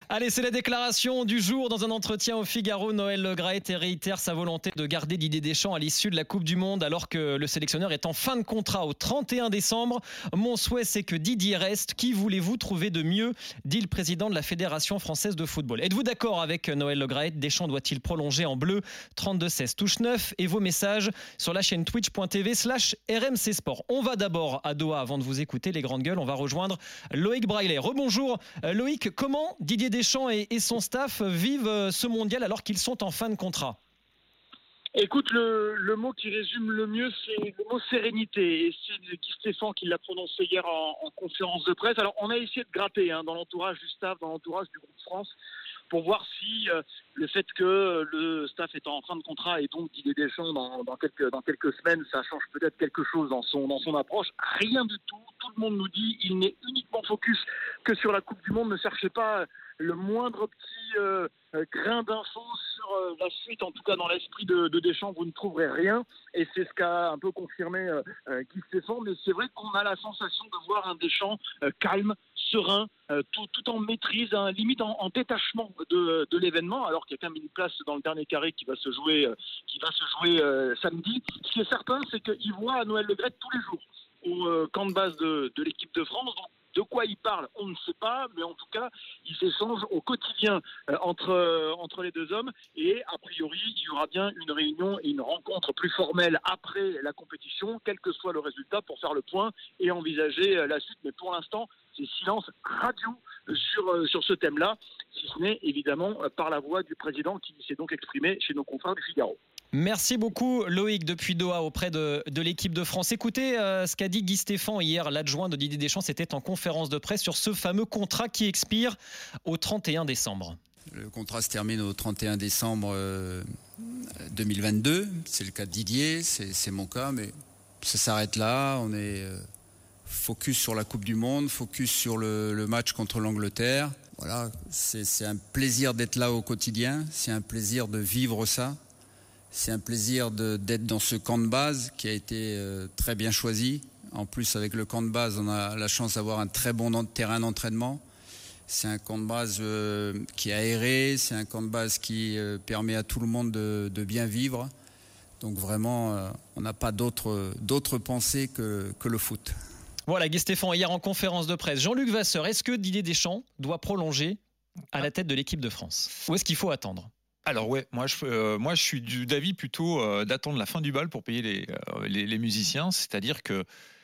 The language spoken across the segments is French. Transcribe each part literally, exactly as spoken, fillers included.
Allez, c'est la déclaration du jour. Dans un entretien au Figaro, Noël Le Graët réitère sa volonté de garder Didier Deschamps à l'issue de la Coupe du Monde alors que le sélectionneur est en fin de contrat au trente et un décembre. Mon souhait, c'est que Didier reste. Qui voulez-vous trouver de mieux ? Dit le président de la Fédération française de football. Êtes-vous d'accord avec Noël Le Graët ? Deschamps doit-il prolonger en bleu ? trente-deux seize touche neuf et vos messages sur la chaîne twitch.tv slash RMC Sport. On va d'abord à Doha avant de vous écouter les grandes gueules. On va rejoindre Loïc Braillet. Rebonjour Loïc, comment Didier Deschamps et, et son staff vivent ce mondial alors qu'ils sont en fin de contrat ? Écoute, le, le mot qui résume le mieux, c'est le mot sérénité. Et c'est Guy Stéphane qui l'a prononcé hier en, en conférence de presse. Alors, on a essayé de gratter hein, dans l'entourage du staff, dans l'entourage du groupe France, pour voir si euh, le fait que le staff est en fin de contrat et donc Didier Deschamps dans, dans, quelques, dans quelques semaines, ça change peut-être quelque chose dans son, dans son approche. Rien du tout. Tout le monde nous dit il n'est uniquement focus que sur la Coupe du Monde. Ne cherchez pas le moindre petit euh, grain d'infos sur euh, la suite, en tout cas dans l'esprit de, de Deschamps, vous ne trouverez rien. Et c'est ce qu'a un peu confirmé euh, Guy Stéphane. Mais c'est vrai qu'on a la sensation de voir un Deschamps euh, calme, serein, euh, tout, tout en maîtrise, hein, limite en, en détachement de, de l'événement, alors qu'il y a quand même une place dans le dernier carré qui va se jouer, euh, qui va se jouer euh, samedi. Ce qui est certain, c'est qu'il voit Noël Le Graët tous les jours au euh, camp de base de, de l'équipe de France. Donc, de quoi il parle, on ne sait pas, mais en tout cas, ils s'échangent au quotidien euh, entre, euh, entre les deux hommes. Et a priori, il y aura bien une réunion et une rencontre plus formelle après la compétition, quel que soit le résultat, pour faire le point et envisager euh, la suite. Mais pour l'instant, c'est silence radio sur, euh, sur ce thème-là, si ce n'est évidemment euh, par la voix du président qui s'est donc exprimé chez nos confrères du Figaro. Merci beaucoup Loïc depuis Doha auprès de, de l'équipe de France. Écoutez euh, ce qu'a dit Guy Stéphane hier, l'adjoint de Didier Deschamps, c'était en conférence de presse sur ce fameux contrat qui expire au trente et un décembre. Le contrat se termine au trente et un décembre deux mille vingt-deux, c'est le cas de Didier, c'est, c'est mon cas, mais ça s'arrête là, on est focus sur la Coupe du Monde, focus sur le, le match contre l'Angleterre. Voilà, c'est, c'est un plaisir d'être là au quotidien, c'est un plaisir de vivre ça. C'est un plaisir de, d'être dans ce camp de base qui a été euh, très bien choisi. En plus, avec le camp de base, on a la chance d'avoir un très bon terrain d'entraînement. C'est un camp de base euh, qui est aéré, c'est un camp de base qui euh, permet à tout le monde de, de bien vivre. Donc vraiment, euh, on n'a pas d'autre, d'autre pensée que, que le foot. Voilà, Guy Stéphane, hier en conférence de presse. Jean-Luc Vasseur, est-ce que Didier Deschamps doit prolonger à la tête de l'équipe de France ? Ou est-ce qu'il faut attendre ? Alors ouais, moi je, euh, moi je suis du, d'avis plutôt euh, d'attendre la fin du bal pour payer les, euh, les, les musiciens, c'est-à-dire que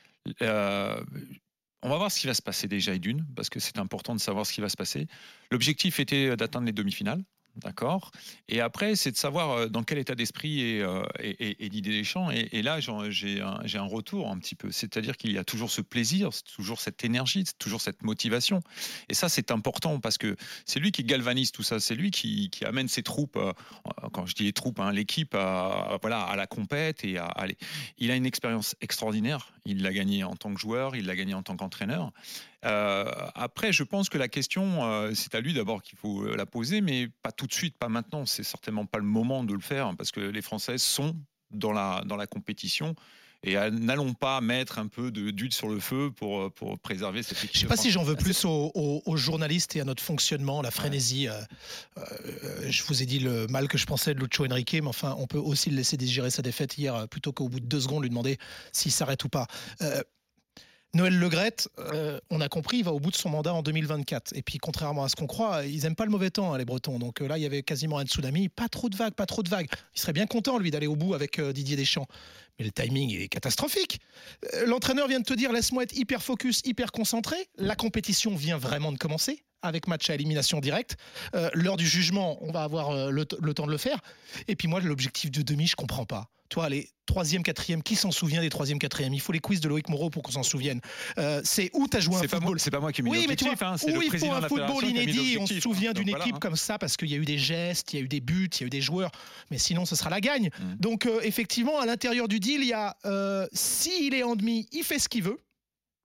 euh, on va voir ce qui va se passer déjà et d'une, parce que c'est important de savoir ce qui va se passer. L'objectif était d'atteindre les demi-finales, d'accord, et après c'est de savoir dans quel état d'esprit est, euh, est, est, est Didier Deschamps, et, et là j'ai un, j'ai un retour un petit peu, c'est-à-dire qu'il y a toujours ce plaisir, toujours cette énergie, toujours cette motivation, et ça c'est important parce que c'est lui qui galvanise tout ça, c'est lui qui, qui amène ses troupes, euh, quand je dis les troupes, hein, l'équipe à, voilà, à la compète, et à, à les... il a une expérience extraordinaire, il l'a gagné en tant que joueur, il l'a gagné en tant qu'entraîneur. Euh, après, je pense que la question, euh, c'est à lui d'abord qu'il faut la poser, mais pas tout de suite, pas maintenant. C'est certainement pas le moment de le faire parce que les Françaises sont dans la dans la compétition. Et n'allons pas mettre un peu de, d'huile sur le feu pour, pour préserver cette équipe. Je ne sais pas si j'en veux plus aux, aux, aux journalistes et à notre fonctionnement, la frénésie. Ouais. Euh, euh, je vous ai dit le mal que je pensais de Lucho Enrique, mais enfin, on peut aussi le laisser digérer sa défaite hier plutôt qu'au bout de deux secondes lui demander s'il s'arrête ou pas. Euh, Noël Le Graët, euh, on a compris, il va au bout de son mandat en deux mille vingt-quatre. Et puis, contrairement à ce qu'on croit, ils n'aiment pas le mauvais temps, hein, les Bretons. Donc euh, là, il y avait quasiment un tsunami. Pas trop de vagues, pas trop de vagues. Il serait bien content, lui, d'aller au bout avec euh, Didier Deschamps. Mais le timing est catastrophique. Euh, l'entraîneur vient de te dire, laisse-moi être hyper focus, hyper concentré. La compétition vient vraiment de commencer, avec match à élimination directe. Euh, l'heure du jugement, on va avoir euh, le, t- le temps de le faire. Et puis moi, l'objectif de demi, je comprends pas. Toi, les troisième, quatrième, qui s'en souvient des troisième, quatrième ? Il faut les quiz de Loïc Moreau pour qu'on s'en souvienne. Euh, c'est où tu as joué c'est un football. Moi, c'est pas moi qui ai mis oui, l'objectif, mais tu vois, hein, c'est où le il président faut un de la football inédit. On se souvient hein, d'une voilà, équipe hein. comme ça parce qu'il y a eu des gestes, il y a eu des buts, il y a eu des joueurs. Mais sinon, ce sera la gagne. Mmh. Donc, euh, effectivement, à l'intérieur du deal, il y a euh, s'il est en demi, il fait ce qu'il veut.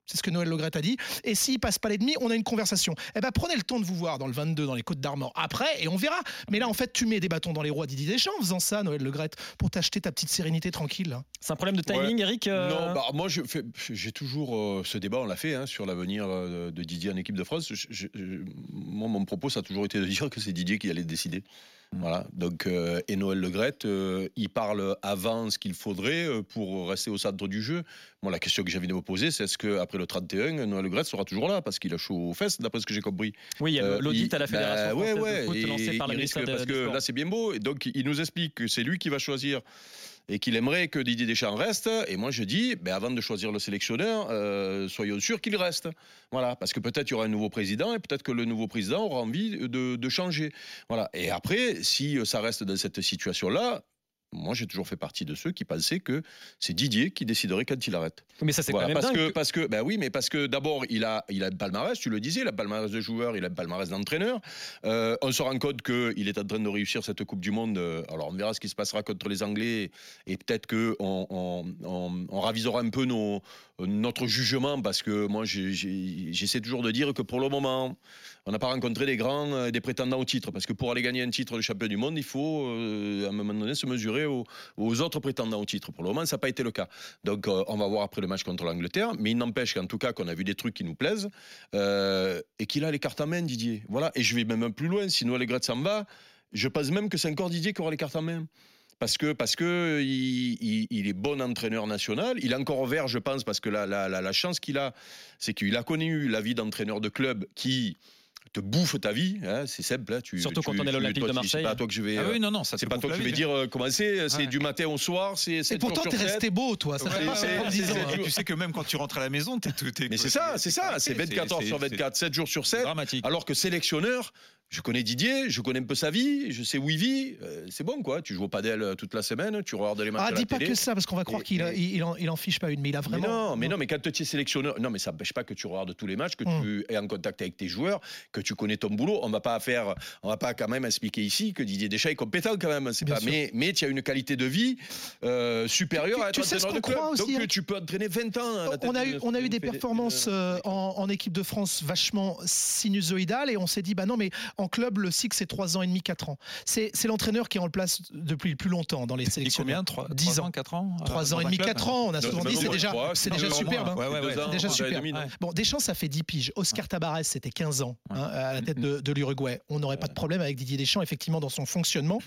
C'est ce que Noël Le Graët a dit. Et s'il passe pas les demi, on a une conversation. Eh ben, prenez le temps de vous voir dans le vingt-deux, dans les Côtes d'Armor après, et on verra. Mais là, en fait, tu mets des bâtons dans les roues à Didier Deschamps en faisant ça, Noël Le Graët, pour t'acheter ta petite sérénité tranquille. Là. C'est un problème de timing, ouais. Eric euh... Non, bah, moi, je fais, j'ai toujours euh, ce débat, on l'a fait, hein, sur l'avenir euh, de Didier en équipe de France. Je, je, je, moi, mon propos, ça a toujours été de dire que c'est Didier qui allait décider. Voilà. Donc, euh, et Noël Le Graët, euh, il parle avant ce qu'il faudrait euh, pour rester au centre du jeu. Moi, la question que j'ai envie de me poser, c'est est-ce qu'après le trente et un, Noël Le Graët sera toujours là parce qu'il a chaud aux fesses, d'après ce que j'ai compris. Oui, il y a euh, l'audit il, à la Fédération bah, française ouais, de foot ouais, lancé par le ministère de, parce de que sport. Là, c'est bien beau. Et donc, il nous explique que c'est lui qui va choisir et qu'il aimerait que Didier Deschamps reste. Et moi, je dis, ben, avant de choisir le sélectionneur, euh, soyons sûrs qu'il reste. Voilà, parce que peut-être il y aura un nouveau président et peut-être que le nouveau président aura envie de, de changer. Voilà. Et après, si ça reste dans cette situation-là, moi, j'ai toujours fait partie de ceux qui pensaient que c'est Didier qui déciderait quand il arrête. Mais ça, c'est voilà, quand même parce dingue. Que, parce que, ben oui, mais parce que d'abord, il a, il a un palmarès, tu le disais, il a un palmarès de joueur, il a un palmarès d'entraîneur. Euh, on se rend compte qu'il est en train de réussir cette Coupe du Monde. Alors, on verra ce qui se passera contre les Anglais et peut-être qu'on on, on, on ravisera un peu nos, notre jugement parce que moi, j'ai, j'ai, j'essaie toujours de dire que pour le moment, on n'a pas rencontré des grands, des prétendants au titre. Parce que pour aller gagner un titre de champion du monde, il faut, euh, à un moment donné, se mesurer Aux, aux autres prétendants au titre. Pour le moment, ça n'a pas été le cas. Donc, euh, on va voir après le match contre l'Angleterre. Mais il n'empêche qu'en tout cas, qu'on a vu des trucs qui nous plaisent euh, et qu'il a les cartes en main, Didier. Voilà. Et je vais même plus loin. Si Noël Le Graët s'en va, je pense même que c'est encore Didier qui aura les cartes en main. Parce que, parce que il, il, il est bon entraîneur national. Il est encore vert, je pense, parce que la, la, la, la chance qu'il a, c'est qu'il a connu la vie d'entraîneur de club qui te bouffe ta vie, hein, c'est simple. Hein, tu, Surtout tu, quand on est à l'Olympique de Marseille. C'est pas à toi que je vais. Ah oui, non, non, ça c'est pas toi que je vais dire euh, comment c'est. C'est ouais. du matin au soir. C'est. Et pourtant, t'es resté beau, toi. Ça ouais, fait pas soixante-dix ans. Hein. Tu sais que même quand tu rentres à la maison, t'es. t'es Mais c'est ça, c'est ça. C'est vingt-quatre heures sur vingt-quatre, sept jours sur sept. Dramatique. Alors que sélectionneur. Je connais Didier, je connais un peu sa vie, je sais où il vit. Euh, c'est bon, quoi. Tu joues au padel toute la semaine, tu regardes les matchs ah, à la télé. Ah, dis pas que ça, parce qu'on va croire et, qu'il a, et... il, en, il en fiche pas une, mais il a vraiment. Mais non, mais non, mais quand tu es sélectionneur, non, mais ça n'empêche pas que tu regardes tous les matchs, que mmh. tu es en contact avec tes joueurs, que tu connais ton boulot. On va pas faire, on va pas quand même expliquer ici que Didier Deschamps est compétent quand même. C'est pas, mais, mais tu as une qualité de vie euh, supérieure tu, à être entraîneur de club. Aussi, donc hein. tu peux entraîner vingt ans. On a eu, on a eu des performances euh, en, en équipe de France vachement sinusoïdales et on s'est dit, bah non, mais en club, le cycle c'est trois ans et demi, quatre ans. C'est, c'est l'entraîneur qui est en place depuis le plus longtemps dans les sélections. Combien dix ans, quatre ans trois ans et demi, quatre ans. On a souvent dit, c'est déjà, c'est déjà superbe. Ouais, ouais, ouais. C'est déjà superbe. Bon, Deschamps, ça fait dix piges. Oscar Tabarez, c'était quinze ans hein, à la tête de, de l'Uruguay. On n'aurait pas de problème avec Didier Deschamps, effectivement, dans son fonctionnement.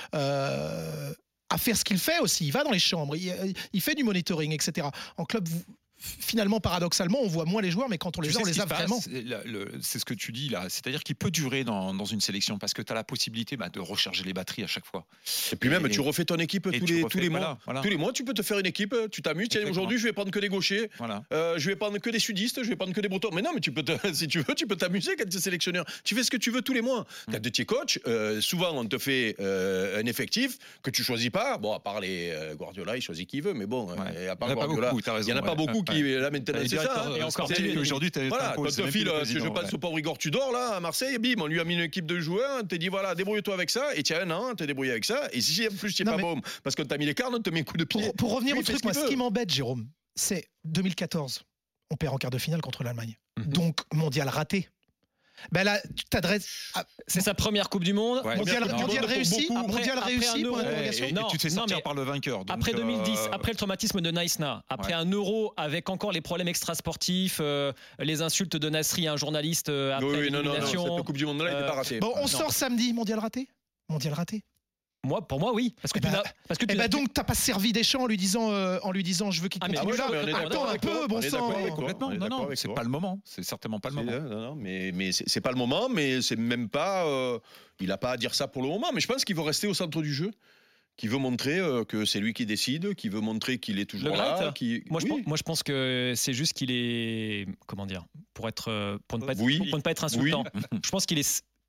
Euh, à faire ce qu'il fait aussi. Il va dans les chambres, il, il fait du monitoring, et cetera. En club, vous, finalement, paradoxalement, on voit moins les joueurs, mais quand on les tu a, on les a vraiment. C'est, le, c'est ce que tu dis là, c'est-à-dire qu'il peut durer dans, dans une sélection parce que tu as la possibilité bah, de recharger les batteries à chaque fois. Et puis et, même, et, tu refais ton équipe tous les, refais, tous les mois. Voilà, voilà. Tous les mois, tu peux te faire une équipe, tu t'amuses. Tiens, aujourd'hui, je vais prendre que des gauchers, voilà. euh, je vais prendre que des sudistes, je vais prendre que des bretons. Mais non, mais tu peux te, si tu veux, tu peux t'amuser quand tu es sélectionneur. Tu fais ce que tu veux tous les mois. Quand tu es coach, euh, souvent, on te fait euh, un effectif que tu choisis pas. Bon, à part les euh, Guardiola, il choisit qui veut, mais bon, ouais. à part Guardiola, il y en a pas beaucoup qui, là, maintenant, c'est ça. Et encore plus aujourd'hui, tu voilà, quand te file, je passe au pauvre Igor Tudor là à Marseille, bim, on lui a mis une équipe de joueurs, on t'a dit voilà, débrouille-toi avec ça, et tiens un an, t'es débrouillé avec ça, et si en plus tu es pas bon, parce qu'on t'a mis les cartes, on te met un coup de pied. Pour, pour revenir oui, au truc, moi, ce qui m'embête, Jérôme, c'est deux mille quatorze, on perd en quart de finale contre l'Allemagne, mm-hmm. donc mondial raté. Ben là, tu t'adresses. À... C'est sa première Coupe du Monde. Ouais. Mondial, mondial réussi. Après, mondial après réussi. Euro, ouais, et, non, et tu te fais sortir non, par le vainqueur. Donc après deux mille dix, euh... après le traumatisme de Naïsna, après ouais. un Euro avec encore les problèmes extrasportifs, euh, les insultes de Nasri à un journaliste euh, après oui, l'élimination. Non, non, non, cette Coupe du Monde là, il n'était pas raté. Bon, on non. sort samedi. Mondial raté. Mondial raté. Moi, pour moi, oui. Parce que eh tu ben, n'as, parce que tu eh n'as ben donc, t'as pas servi Deschamps en lui disant, euh, en lui disant, je veux qu'il continue ah, là. mais Attends un peu, bon sang. Complètement. Non, non, c'est pas le moment. C'est certainement pas le moment. Non, non, mais mais c'est, c'est pas le moment, mais c'est même pas. Euh, il a pas à dire ça pour le moment. Mais je pense qu'il veut rester au centre du jeu. Qui veut montrer euh, que c'est lui qui décide, qui veut montrer qu'il est toujours le là. Qui... Moi, oui. je pense, moi, je pense que c'est juste qu'il est, comment dire, pour être, pour ne pas, être, oui. pour ne pas être insultant. Oui. Je pense qu'il est.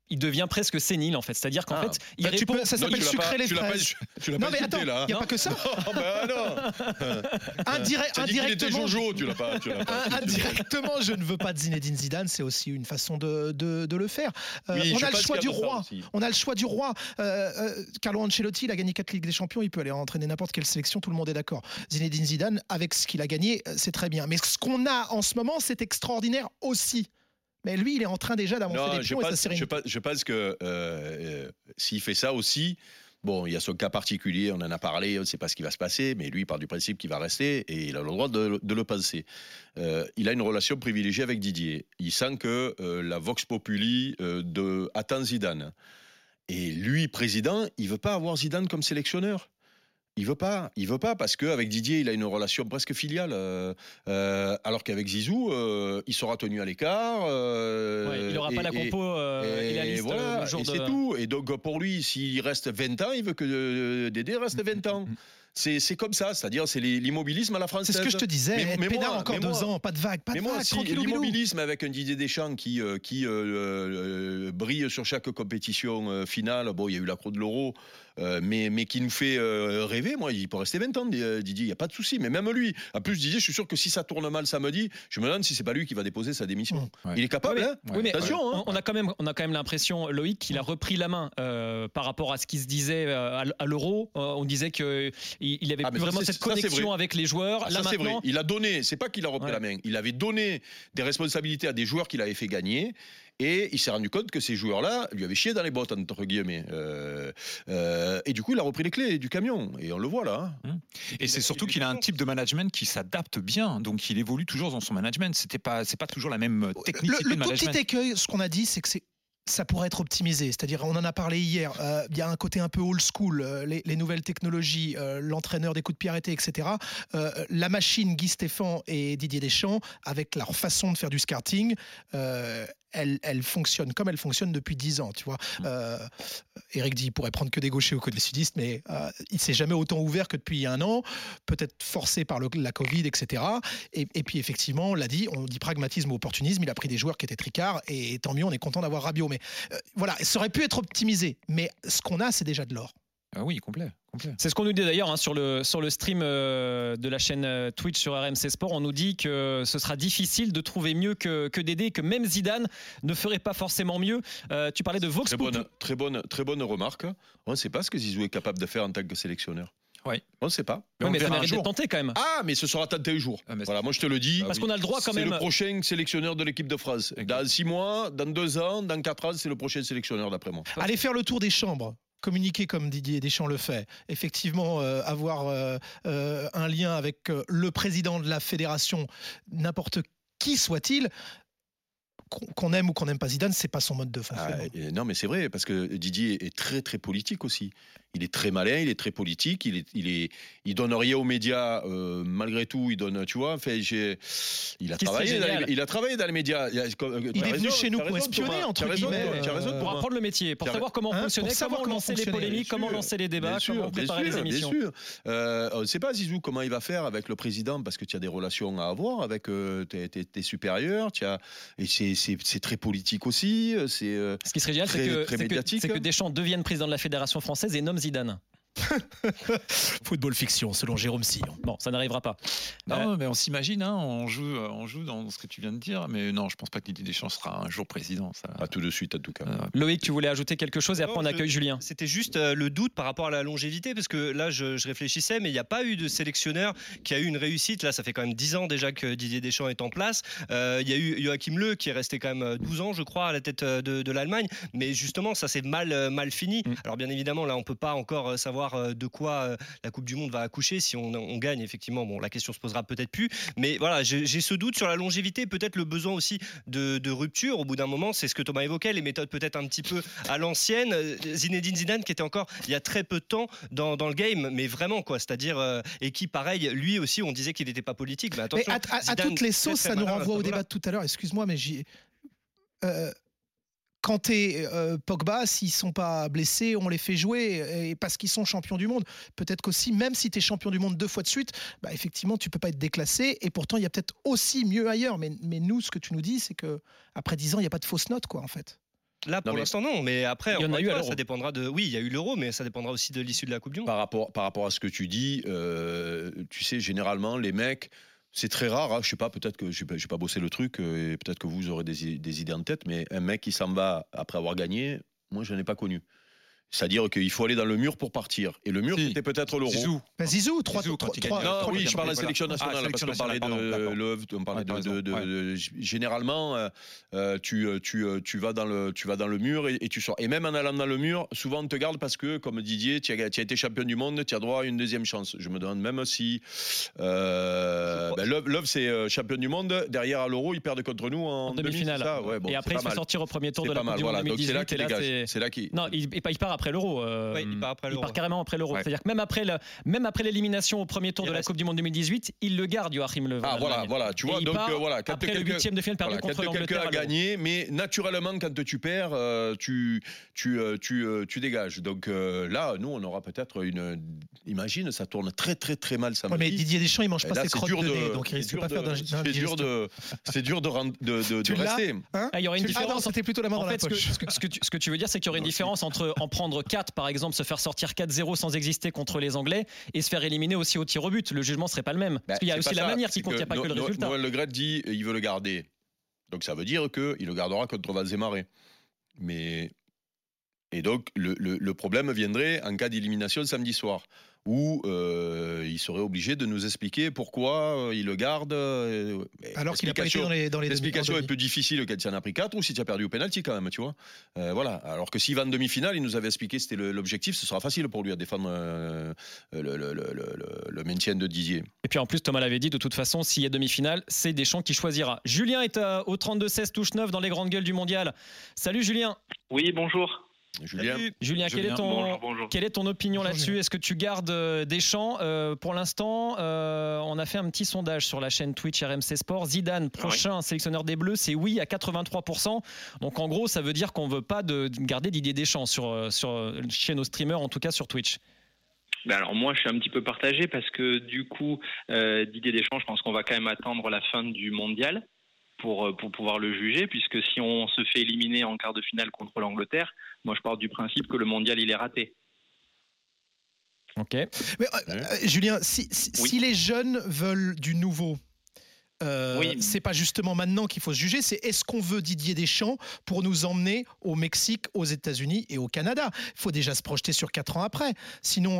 il devient presque sénile en fait. C'est-à-dire qu'en Ah. fait, il Bah, tu répond. peux- ça Non, s'appelle tu l'as sucrer pas- les tu l'as pas- fraises. Tu l'as Non pas mais insulté, attends, là. il n'y a pas que ça. Oh, ben non. Indirect- Tu as dit qu'il était indirectement, Jojo, tu l'as pas. Tu l'as pas. Un- Indirectement, je ne veux pas de Zinedine Zidane, c'est aussi une façon de, de, de le faire. Euh, Oui, on je a le pense choix qu'il du y a de ça roi. aussi. On a le choix du roi. Euh, euh, Carlo Ancelotti, il a gagné quatre Ligues des Champions, il peut aller entraîner n'importe quelle sélection, tout le monde est d'accord. Zinedine Zidane, avec ce qu'il a gagné, euh, c'est très bien. Mais ce qu'on a en ce moment, c'est extraordinaire aussi. Mais lui, il est en train déjà d'avancer Non, les je pions et sa pense, je, sérénité. pense, je pense que euh, euh, s'il fait ça aussi, bon, il y a son cas particulier, on en a parlé, on ne sait pas ce qui va se passer, mais lui, il part du principe qu'il va rester et il a le droit de, de le penser. Euh, il a une relation privilégiée avec Didier. Il sent que euh, la Vox Populi euh, de, attend Zidane. Et lui, président, il ne veut pas avoir Zidane comme sélectionneur. Il veut pas, il veut pas parce qu'avec Didier, il a une relation presque filiale. Euh, euh, alors qu'avec Zizou, euh, il sera tenu à l'écart. Euh, Ouais, il n'aura pas la et- compo euh, et, la et liste voilà, le jour et de. c'est tout. Et donc pour lui, s'il reste vingt ans, il veut que euh, Dédé reste vingt ans. C'est, c'est comme ça, c'est-à-dire c'est l'immobilisme à la française. C'est ce que je te disais. Mais- Être mais pédard moi- encore mais deux moi- ans, pas de vague, pas de Mais moi, vague, si tranquillou bilou. l'immobilisme avec un Didier Deschamps qui, euh, qui euh, euh, brille sur chaque compétition euh, finale, bon, il y a eu la Croix de l'Euro, euh, mais, mais qui nous fait euh, rêver, moi, il peut rester vingt ans, euh, Didier, il n'y a pas de souci. Mais même lui, en plus, Didier, je suis sûr que si ça tourne mal samedi, je me demande si c'est pas lui qui va déposer sa démission. Ouais. Il est capable, Oui, mais- hein oui, mais Attention, on, hein. on a quand même, on a quand même l'impression, Loïc, qu'il a repris la main euh, par rapport à ce qui se disait euh, à, l- à l'Euro. Euh, on disait que il, il avait Ah, plus mais ça, vraiment c'est- cette ça, c'est connexion vrai. avec les joueurs. Ah, Là ça, c'est vrai. maintenant, Il a donné, c'est pas qu'il a repris Ouais. la main, il avait donné des responsabilités à des joueurs qu'il avait fait gagner. Et il s'est rendu compte que ces joueurs-là lui avaient chié dans les bottes, entre guillemets. Euh, euh, et du coup, il a repris les clés du camion. Et on le voit là. hein. Et c'est surtout qu'il a un type de management qui s'adapte bien, donc il évolue toujours dans son management. C'était pas, c'est pas toujours la même technicité Le, le de tout management. petit écueil, ce qu'on a dit, c'est que c'est ça pourrait être optimisé. C'est-à-dire, on en a parlé hier, euh, il y a un côté un peu old school, euh, les, les nouvelles technologies, euh, l'entraîneur des coups de pied arrêtés, et cetera. Euh, la machine Guy Stéphane et Didier Deschamps, avec leur façon de faire du karting, euh, elle, elle fonctionne comme elle fonctionne depuis dix ans. Tu vois. Euh, Eric dit qu'il pourrait prendre que des gauchers ou que des sudistes, mais euh, il s'est jamais autant ouvert que depuis un an, peut-être forcé par le, la Covid, et cetera. Et, et puis effectivement, on l'a dit, on dit pragmatisme ou opportunisme, il a pris des joueurs qui étaient tricards, et tant mieux, on est content d'avoir Rabiot. Mais euh, voilà, ça aurait pu être optimisé, mais ce qu'on a, c'est déjà de l'or. Ah oui, complet. complet. c'est ce qu'on nous dit d'ailleurs hein, sur, le, sur le stream euh, de la chaîne euh, Twitch sur R M C Sport. On nous dit que ce sera difficile de trouver mieux que, que Dédé, que même Zidane ne ferait pas forcément mieux. Euh, tu parlais de Vox Très Populi. bonne, très, bonne, très bonne remarque. On ne sait pas ce que Zizou est capable de faire en tant que sélectionneur. Oui. On ne sait pas. Ouais, on mais ça verra un mérite jour. d'être tenté quand même. Ah, mais ce sera tenté un jour. Ah, mais Voilà, moi je te le dis. Parce qu'on a le droit quand C'est même. le prochain sélectionneur de l'équipe de France. Dans six mois, dans deux ans, dans quatre ans, c'est le prochain sélectionneur d'après moi. Allez faire le tour des chambres. Communiquer comme Didier Deschamps le fait, effectivement euh, avoir euh, euh, un lien avec euh, le président de la fédération, n'importe qui soit-il, qu'on qu'on aime ou qu'on n'aime pas Zidane, c'est pas son mode de fonctionnement. Ah, et non, mais c'est vrai, parce que Didier est très très politique aussi. Il est très malin, il est très politique, il est, il est, il donne rien aux médias. Euh, malgré tout, il donne, tu vois. Enfin, j'ai, il a Qui serait travaillé, dans génial. les, il a travaillé dans les médias. Il, a- tu as Il est raison, venu chez nous tu as pour raison, espionner, Thomas. entre Tu as raison, guillemets, Thomas. Tu as raison, euh, Pour Thomas. apprendre le métier, pour Hein, savoir comment pour fonctionner, savoir comment comment lancer les fonctionner. polémiques, Bien comment sûr, lancer les débats, bien sûr, comment bien préparer sûr, les émissions. Bien sûr. Euh, on ne sait pas, Zizou, comment il va faire avec le président, parce que tu as des relations à avoir avec euh, tes, tes- tes supérieurs. Tu as, et c'est, c'est, c'est très politique aussi. C'est, euh, Ce qui serait génial, c'est Très- que, très c'est que- médiatique, c'est que hein. Deschamps devienne président de la Fédération française et nomme Zidane. Football fiction, selon Jérôme Sillon. Bon, ça n'arrivera pas. Non, mais on s'imagine, hein, on, joue, on joue dans ce que tu viens de dire, mais non, je pense pas que Didier Deschamps sera un jour président. Ça. à tout de suite, en tout cas. Euh, Loïc, tu voulais ajouter quelque chose et après Non, on je- accueille Julien. C'était juste euh, le doute par rapport à la longévité, parce que là, je, je réfléchissais, mais il n'y a pas eu de sélectionneur qui a eu une réussite. Là, ça fait quand même dix ans déjà que Didier Deschamps est en place. Euh, Il y a eu Joachim Löw qui est resté quand même douze ans, je crois, à la tête euh, de, de l'Allemagne. Mais justement, ça s'est mal, euh, mal fini. Mm. Alors, bien évidemment, là, on ne peut pas encore euh, savoir euh, de quoi euh, la Coupe du Monde va accoucher. Si on, on gagne, effectivement, bon, la question se posera peut-être plus. Mais voilà, j'ai j'ai ce doute sur la longévité, peut-être le besoin aussi de, de rupture. Au bout d'un moment, c'est ce que Thomas évoquait, les méthodes peut-être un petit peu à l'ancienne. Euh, Zinedine Zidane qui était encore il y a très peu de temps dans, dans le game, mais vraiment quoi, c'est-à-dire euh, et qui pareil, lui aussi, on disait qu'il n'était pas politique. Mais Mais attention, à, à- à Zidane, toutes les très, sauces, très ça nous malin à renvoie ce au débat niveau-là. de tout à l'heure. Excuse-moi, mais j'y. Euh, Kanté, euh, Pogba, s'ils sont pas blessés, on les fait jouer et parce qu'ils sont champions du monde. Peut-être qu'aussi, même si tu es champion du monde deux fois de suite, bah effectivement, tu peux pas être déclassé. Et pourtant, il y a peut-être aussi mieux ailleurs. Mais, mais nous, ce que tu nous dis, c'est que après dix ans, il n'y a pas de fausse note, quoi, en fait. Là, pour Non, mais- l'instant, non. Mais après, Il y en encore a une eu à fois, l'Euro. ça dépendra de. Oui, il y a eu l'Euro, mais ça dépendra aussi de l'issue de la Coupe du Monde. Par rapport, par rapport à ce que tu dis, euh, tu sais, généralement, les mecs, c'est très rare. Hein, je sais pas, peut-être que je n'ai pas bossé le truc euh, et peut-être que vous aurez des, des idées en tête, mais un mec qui s'en va après avoir gagné, moi, je n'en ai pas connu. C'est-à-dire qu'il faut aller dans le mur pour partir. Et le mur, Si. c'était peut-être l'Euro. Zizou. Bah, Zizou, trois Zizou, quand trois- il trois- gagne. Non, trois- oui, trois- je parle de la voilà. sélection Ah, nationale, parce sélection qu'on parlait nationale, de pardon, Love, on parlait Ouais, de, t'as de- de- raison, de- généralement, euh, euh, tu, tu, tu, vas dans le, tu vas dans le mur et, et tu sors. Et même en allant dans le mur, souvent on te garde parce que, comme Didier, tu as, tu as été champion du monde, tu as droit à une deuxième chance. Je me demande même si euh, ben, Love, Love, c'est euh, champion du monde. Derrière à l'Euro, ils perdent contre nous en, En demi-finale. demi, c'est ça ouais, bon, et après, il c'est se pas fait mal. sortir au premier tour C'est de la pas Coupe mal, du Monde voilà. Donc c'est là deux mille dix-huit. qu'il Et là, dégage. c'est. C'est là qu'il. Non, il, il part après l'Euro. euh, Ouais, il part après l'Euro. Il part carrément après l'Euro. Ouais. C'est-à-dire que même après, le- même après l'élimination au premier tour Il de la reste. Coupe du Monde deux mille dix-huit, il le garde, Joachim Löw. Ah en voilà, Allemagne. voilà, tu Et vois, il donc part euh, voilà, quand après quelqu'un- le huitième de finale perdu voilà, contre quand quelqu'un l'Angleterre. a à l'Euro. gagné, mais naturellement quand tu perds, euh, tu, tu, euh, tu, euh, tu dégages. Donc euh, là, nous, on aura peut-être une. Imagine, ça tourne très très très mal samedi. Ouais, mais Didier Deschamps, il mange Et pas là, ses c'est crottes dur de de- nez, donc il c'est risque dur pas de- faire d'un C'est dur de, c'est dur de, ren- de, de, Tu de l'as rester. Hein Ah, il y aurait une Tu- Ah non, différence. c'était plutôt la main En dans fait, ce la que, poche. ce, que, ce que tu, ce que tu veux dire, c'est qu'il y aurait une différence entre en prendre quatre, par exemple, se faire sortir quatre zéro sans exister contre les Anglais, et se faire éliminer aussi au tir au but. Le jugement serait pas le même. Parce qu'il y a Bah, c'est aussi pas la ça. manière qui C'est compte, il n'y a pas que le No- No- résultat. Noël Le Graët dit il veut le garder. Donc ça veut dire qu'il le gardera contre Valzemaret. Mais. Et donc le, le, le problème viendrait en cas d'élimination samedi soir, où euh, il serait obligé de nous expliquer pourquoi euh, il le garde. euh, Alors qu'il n'a pas été dans les, dans les demi- L'explication en est demi. plus difficile quand tu en as pris quatre ou si tu as perdu au pénalty quand même, tu vois. Euh, voilà. Alors que s'il va en demi-finale, il nous avait expliqué que c'était le- l'objectif, ce sera facile pour lui à défendre euh, le, le, le, le, le- le maintien de Didier. Et puis en plus, Thomas l'avait dit, de toute façon, s'il y a demi-finale, c'est Deschamps qui choisira. Julien est à- au trente-deux seize, touche neuf dans les grandes gueules du mondial. Salut Julien. Oui, bonjour. Julien. Salut. Julien, quelle Julien, est ton, Bonjour, bonjour. quelle est ton opinion Bonjour, là-dessus? Julien. Est-ce que tu gardes euh, Deschamps? Euh, Pour l'instant, euh, on a fait un petit sondage sur la chaîne Twitch R M C Sport. Zidane, prochain sélectionneur des Bleus, c'est oui à quatre-vingt-trois pour cent. Donc en gros, ça veut dire qu'on ne veut pas de, de garder Didier Deschamps sur, euh, sur, euh, chez nos streamers, en tout cas sur Twitch. Ben alors moi je suis un petit peu partagé parce que du coup euh, Didier Deschamps, je pense qu'on va quand même attendre la fin du mondial pour, pour pouvoir le juger, puisque si on se fait éliminer en quart de finale contre l'Angleterre, moi je pars du principe que le mondial il est raté. Ok. Mais, euh, euh, Julien, si, si, Oui. si les jeunes veulent du nouveau, euh, Oui. c'est pas justement maintenant qu'il faut se juger, c'est est-ce qu'on veut Didier Deschamps pour nous emmener au Mexique, aux États-Unis et au Canada. Il faut déjà se projeter sur quatre ans après. Sinon,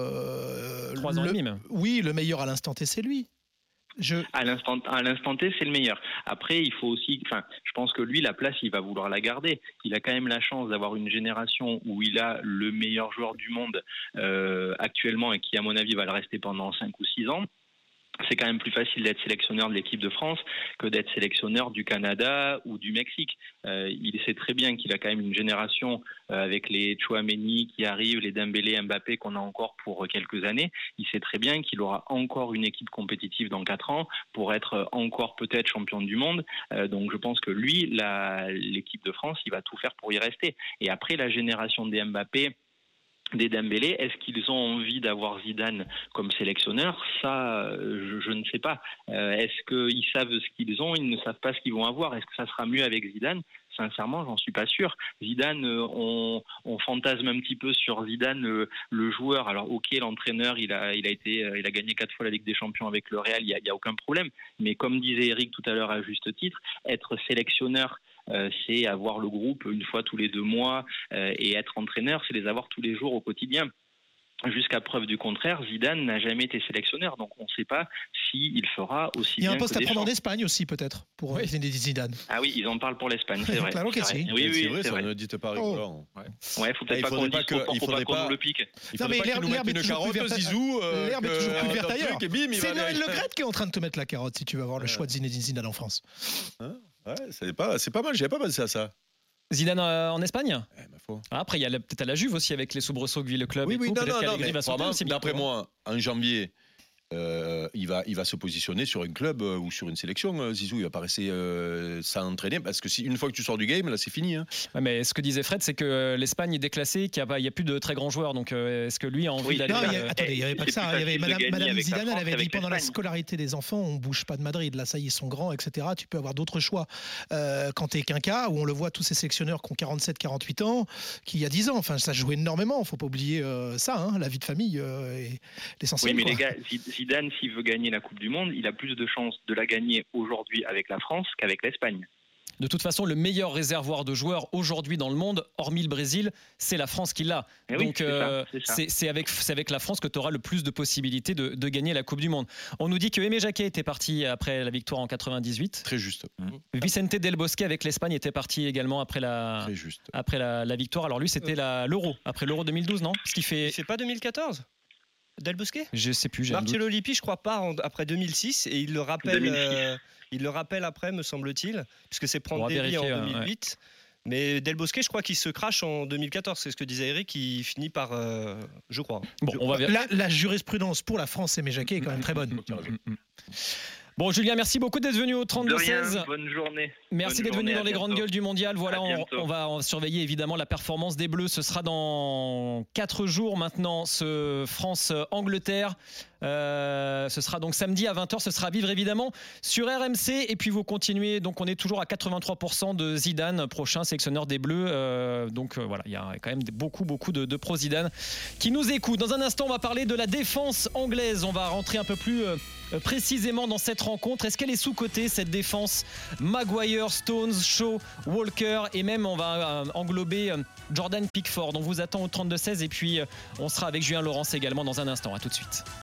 euh, Trois ans le- et demi même. oui, le meilleur à l'instant T, c'est lui. Je... À l'instant, à l'instant T, c'est le meilleur. Après, il faut aussi, enfin, je pense que lui, la place, il va vouloir la garder. Il a quand même la chance d'avoir une génération où il a le meilleur joueur du monde euh, actuellement et qui, à mon avis, va le rester pendant cinq ou six ans. C'est quand même plus facile d'être sélectionneur de l'équipe de France que d'être sélectionneur du Canada ou du Mexique. Euh, il sait très bien qu'il a quand même une génération euh, avec les Tchouaméni qui arrivent, les Dembélé, Mbappé qu'on a encore pour quelques années. Il sait très bien qu'il aura encore une équipe compétitive dans quatre ans pour être encore peut-être champion du monde. Euh, donc je pense que lui, la, l'équipe de France, il va tout faire pour y rester. Et après la génération des Mbappé, des Dembélé, est-ce qu'ils ont envie d'avoir Zidane comme sélectionneur? Ça, euh, je, je ne sais pas. Euh, est-ce qu'ils savent ce qu'ils ont? Ils ne savent pas ce qu'ils vont avoir. Est-ce que ça sera mieux avec Zidane? Sincèrement, j'en suis pas sûr. Zidane, euh, on, on fantasme un petit peu sur Zidane, euh, le joueur. Alors, ok, l'entraîneur, il a, il a été, euh, il a gagné quatre fois la Ligue des Champions avec le Real. Il y a, il y a aucun problème. Mais comme disait Eric tout à l'heure à juste titre, être sélectionneur, Euh, c'est avoir le groupe une fois tous les deux mois euh, et être entraîneur, c'est les avoir tous les jours au quotidien. Jusqu'à preuve du contraire, Zidane n'a jamais été sélectionneur, donc on ne sait pas s'il fera aussi Il y a bien un poste que à prendre en Deschamps. Espagne aussi, peut-être, pour Oui. Zinedine Zidane. Ah oui, ils en parlent pour l'Espagne, c'est vrai. Claro que C'est vrai. si. Oui, oui, c'est vrai, c'est ça vrai. ne dites pas rigolant. Ouais, faut peut-être il pas qu'on faudrait le pas dise que- trop fort il pour pas faudrait qu'on pas- nous le pique. Il Non, mais faudrait pas l'herbe- qu'il nous mette l'herbe est une toujours plus carotte, verte- Zizou. euh, L'herbe est que- toujours plus un verte truc, ailleurs. et bim, il C'est va Noël aller- Le Graët qui est en train de te mettre la carotte si tu vas voir le choix de Zinedine Zidane en France. Ouais, c'est pas, c'est pas mal, j'avais pas pensé à ça. Zidane euh, en Espagne? Eh, ma foi. Ah, après, il y a la- peut-être à la Juve aussi avec les soubresauts que vit le club. Oui, et oui, tout. non, Peut-être non, non, qu'Allegri mais va sauter vraiment, aussi d'après bientôt. moi, en janvier, Euh, il, va, il va se positionner sur un club euh, ou sur une sélection, euh, Zizou. Il va pas rester euh, sans entraîner parce que si, une fois que tu sors du game, là c'est fini. Hein. Ouais, mais ce que disait Fred, c'est que l'Espagne est déclassée, qu'il n'y a, a plus de très grands joueurs. Donc euh, est-ce que lui a envie Oui, d'aller. Non, il y a- euh, attendez, il n'y avait pas que c'est ça. plus Il y avait facile de Madame, gagner Madame avec la Zidane, elle France avait dit qu'avec pendant la l'Espagne. scolarité des enfants, on bouge pas de Madrid. Là, ça y est, ils sont grands, et cetera. Tu peux avoir d'autres choix. Euh, quand tu es quinca, où on le voit, tous ces sélectionneurs qui ont quarante-sept, quarante-huit ans, qui il y a dix ans, enfin, ça joue énormément. Il ne faut pas oublier euh, ça, hein, la vie de famille euh, est l'essentiel. Oui, mais quoi. les gars, Zidane, s'il veut gagner la Coupe du Monde, il a plus de chances de la gagner aujourd'hui avec la France qu'avec l'Espagne. De toute façon, le meilleur réservoir de joueurs aujourd'hui dans le monde, hormis le Brésil, c'est la France qui l'a. Eh oui, Donc c'est ça, euh, c'est ça. c'est c'est avec, c'est avec la France que tu auras le plus de possibilités de, de gagner la Coupe du Monde. On nous dit que Aimé Jacquet était parti après la victoire en quatre-vingt-dix-huit. Très juste. Vicente Del Bosque avec l'Espagne était parti également après la, Très juste. après la, la victoire. Alors lui, c'était la- l'Euro, après l'Euro deux mille douze, non? Parce qu'il fait... Il fait pas deux mille quatorze Del Bosque Je sais plus, j'ai un doute. Marcello Lippi, je crois pas, en- après deux mille six, et il le rappelle, deux mille six. euh, il le rappelle après, me semble-t il, puisque c'est On va Prandelli en vérifier, deux mille huit. Mais Del Bosque, je crois qu'il se crache en deux mille quatorze, c'est ce que disait Eric, il finit par, euh, je crois. Bon, on va vérifier. La, la jurisprudence pour la France, Aimé Jacquet, est quand même très bonne. Bon, Julien, merci beaucoup d'être venu au De trente-deux rien, seize. bonne journée. Merci Bonne d'être venu journée, dans à les grandes bientôt. gueules du mondial. Voilà, À on, bientôt. on va surveiller évidemment la performance des Bleus. Ce sera dans quatre jours maintenant, ce France-Angleterre. Euh, ce sera donc samedi à vingt heures. Ce sera à vivre évidemment sur R M C. Et puis vous continuez. Donc on est toujours à quatre-vingt-trois pour cent de Zidane, prochain sélectionneur des Bleus. Euh, donc euh, voilà, il y a quand même beaucoup, beaucoup de, de pro-Zidane qui nous écoutent. Dans un instant, on va parler de la défense anglaise. On va rentrer un peu plus euh, précisément dans cette rencontre. Est-ce qu'elle est sous-cotée, cette défense? Maguire, Stones, Shaw, Walker, et même on va euh, englober euh, Jordan Pickford. On vous attend au trente-deux seize et puis euh, on sera avec Julien Laurence également dans un instant. À tout de suite.